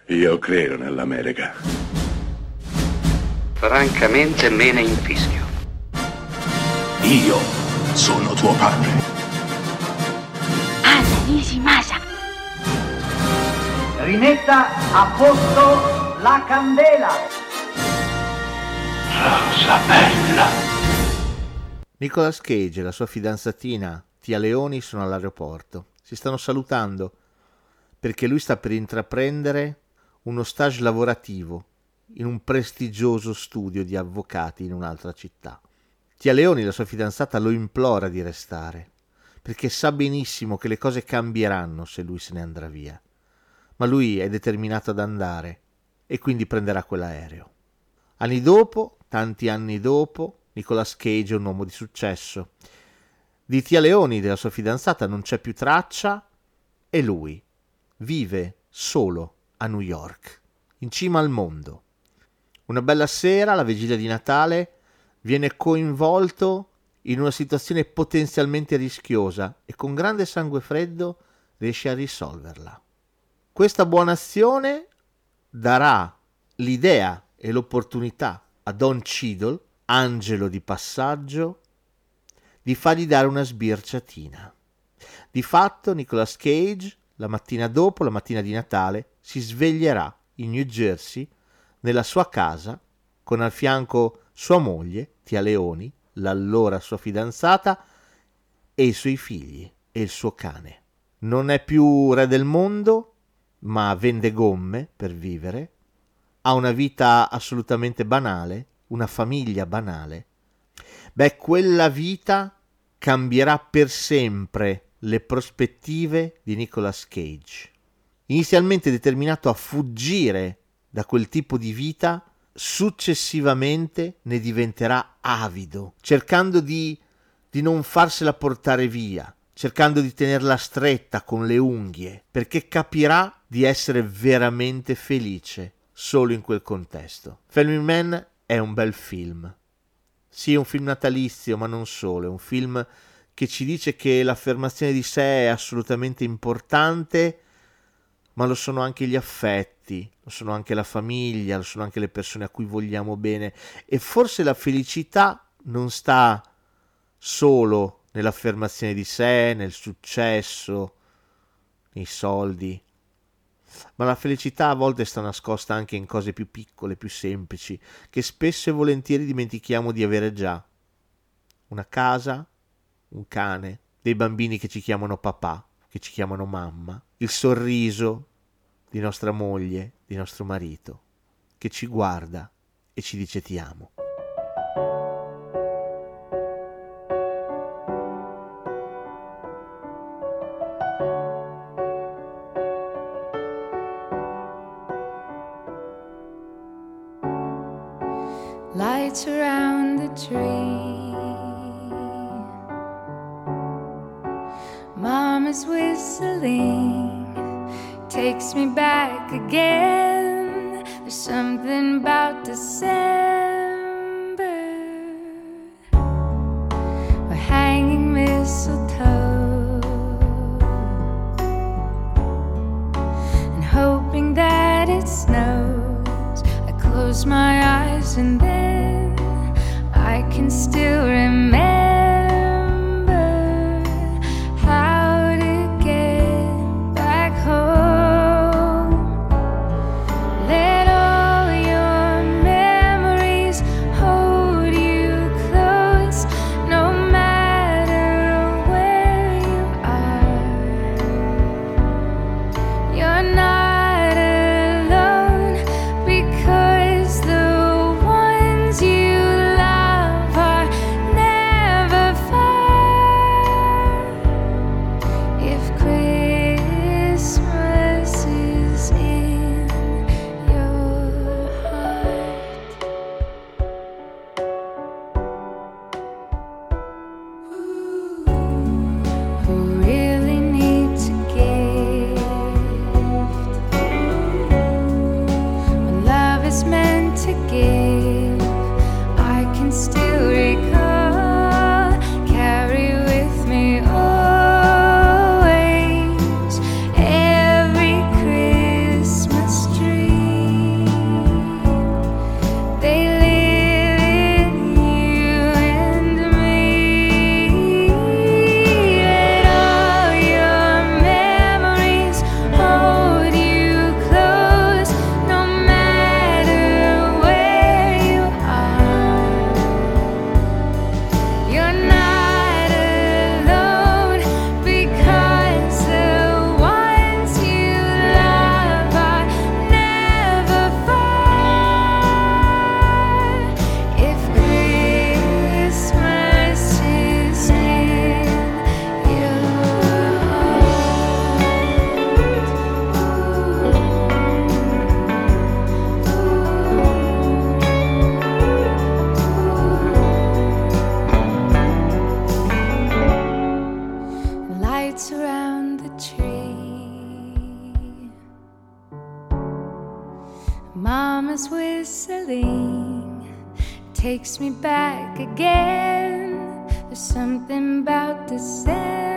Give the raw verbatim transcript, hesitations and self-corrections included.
Io credo nell'America. Francamente me ne infischio. Io sono tuo padre. Anna Nishimasa. Rimetta a posto la candela. Rosa bella. Nicolas Cage e la sua fidanzatina Tia Leoni sono all'aeroporto. Si stanno salutando perché lui sta per intraprendere uno stage lavorativo in un prestigioso studio di avvocati in un'altra città. Tia Leoni, la sua fidanzata, lo implora di restare, perché sa benissimo che le cose cambieranno se lui se ne andrà via. Ma lui è determinato ad andare e quindi prenderà quell'aereo. Anni dopo, tanti anni dopo, Nicolas Cage è un uomo di successo. Di Tia Leoni, della sua fidanzata, non c'è più traccia e lui vive solo a New York, in cima al mondo. Una bella sera, alla vigilia di Natale, viene coinvolto in una situazione potenzialmente rischiosa e con grande sangue freddo riesce a risolverla. Questa buona azione darà l'idea e l'opportunità a Don Cheadle, angelo di passaggio, di fargli dare una sbirciatina. Di fatto Nicolas Cage, la mattina dopo, la mattina di Natale, si sveglierà in New Jersey, nella sua casa, con al fianco sua moglie, Tia Leoni, l'allora sua fidanzata, e i suoi figli e il suo cane. Non è più re del mondo, ma vende gomme per vivere, ha una vita assolutamente banale, una famiglia banale. Beh, quella vita cambierà per sempre le prospettive di Nicolas Cage. Inizialmente determinato a fuggire da quel tipo di vita, successivamente ne diventerà avido, cercando di, di non farsela portare via, cercando di tenerla stretta con le unghie, perché capirà di essere veramente felice solo in quel contesto. Family Man è un bel film. Sì, è un film natalizio, ma non solo, è un film che ci dice che l'affermazione di sé è assolutamente importante, ma lo sono anche gli affetti, lo sono anche la famiglia, lo sono anche le persone a cui vogliamo bene, e forse la felicità non sta solo nell'affermazione di sé, nel successo, nei soldi, ma la felicità a volte sta nascosta anche in cose più piccole, più semplici, che spesso e volentieri dimentichiamo di avere già. Una casa, un cane, dei bambini che ci chiamano papà, che ci chiamano mamma, il sorriso di nostra moglie, di nostro marito, che ci guarda e ci dice ti amo. Lights around the tree. Mama's whistling takes me back again. There's something about December. We're hanging mistletoe and hoping that it snows. I close my eyes and then I can still remember how to get back home. Let all your memories hold you close, no matter where you are. You're not alone, because the ones you love are Mama's whistling takes me back again. There's something about December.